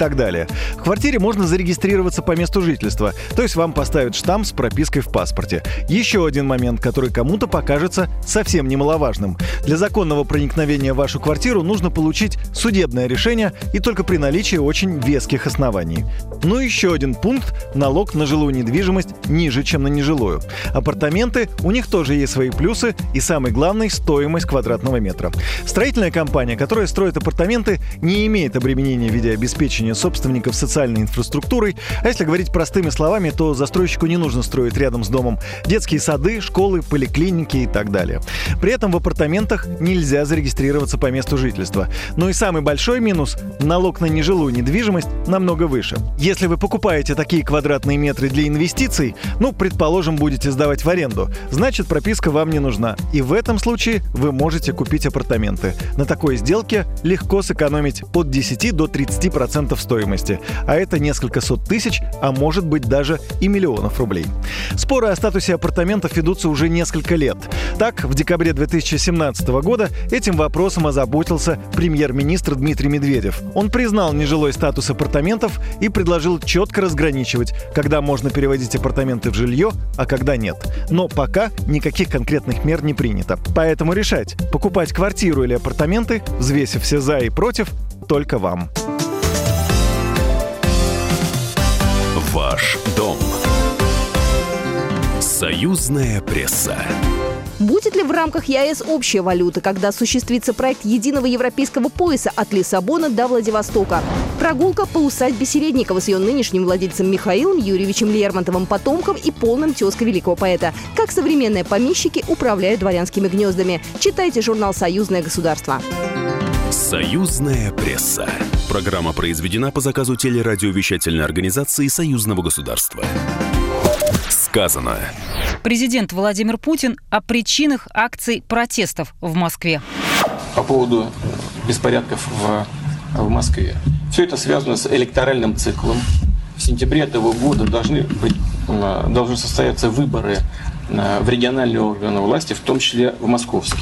так далее. В квартире можно зарегистрироваться по месту жительства, то есть вам поставят штамп с пропиской в паспорте. Еще один момент, который кому-то покажется совсем немаловажным. Для законного проникновения в вашу квартиру нужно получить судебное решение и только при наличии очень веских оснований. Ну и еще один пункт – налог на жилую недвижимость ниже, чем на нежилую. Апартаменты, у них тоже есть свои плюсы и, самый главный, стоимость квадратного метра. Строительная компания, которая строит апартаменты, не имеет обременения в виде обеспечения собственников социальной инфраструктурой, а если говорить простыми словами, то застройщику не нужно строить рядом с домом детские сады, школы, поликлиники и так далее. При этом в апартаментах нельзя зарегистрироваться по месту жительства. Но и самый большой минус – налог на нежилую недвижимость намного выше. Если вы покупаете такие квадратные метры для инвестиций, предположим, будете сдавать в аренду, значит, прописка вам не нужна. И в этом случае вы можете купить апартаменты. На такой сделке легко сэкономить от 10 до 30% стоимости. А это несколько сот тысяч, а может быть даже и миллионов рублей. Споры о статусе апартаментов ведутся уже несколько лет. Так, в декабре 2017 года этим вопросом озаботился премьер-министр Дмитрий Медведев. Он признал нежилой статус апартаментов и предложил четко разграничивать, когда можно переводить апартаменты в жилье, а когда нет. Но пока никаких конкретных мер не принято. Поэтому решать, покупать квартиру или апартаменты, взвесив все за и против, только вам. Ваш дом. Союзная пресса. Будет ли в рамках ЕАЭС общая валюта, когда осуществится проект единого европейского пояса от Лиссабона до Владивостока? Прогулка по усадьбе Середникова с ее нынешним владельцем Михаилом Юрьевичем Лермонтовым, потомком и полным тезкой великого поэта. Как современные помещики управляют дворянскими гнездами. Читайте журнал «Союзное государство». Союзная пресса. Программа произведена по заказу телерадиовещательной организации Союзного государства. Сказано. Президент Владимир Путин о причинах акций протестов в Москве. По поводу беспорядков в Москве. Все это связано с электоральным циклом. В сентябре этого года должны состояться выборы в региональные органы власти, в том числе в московские.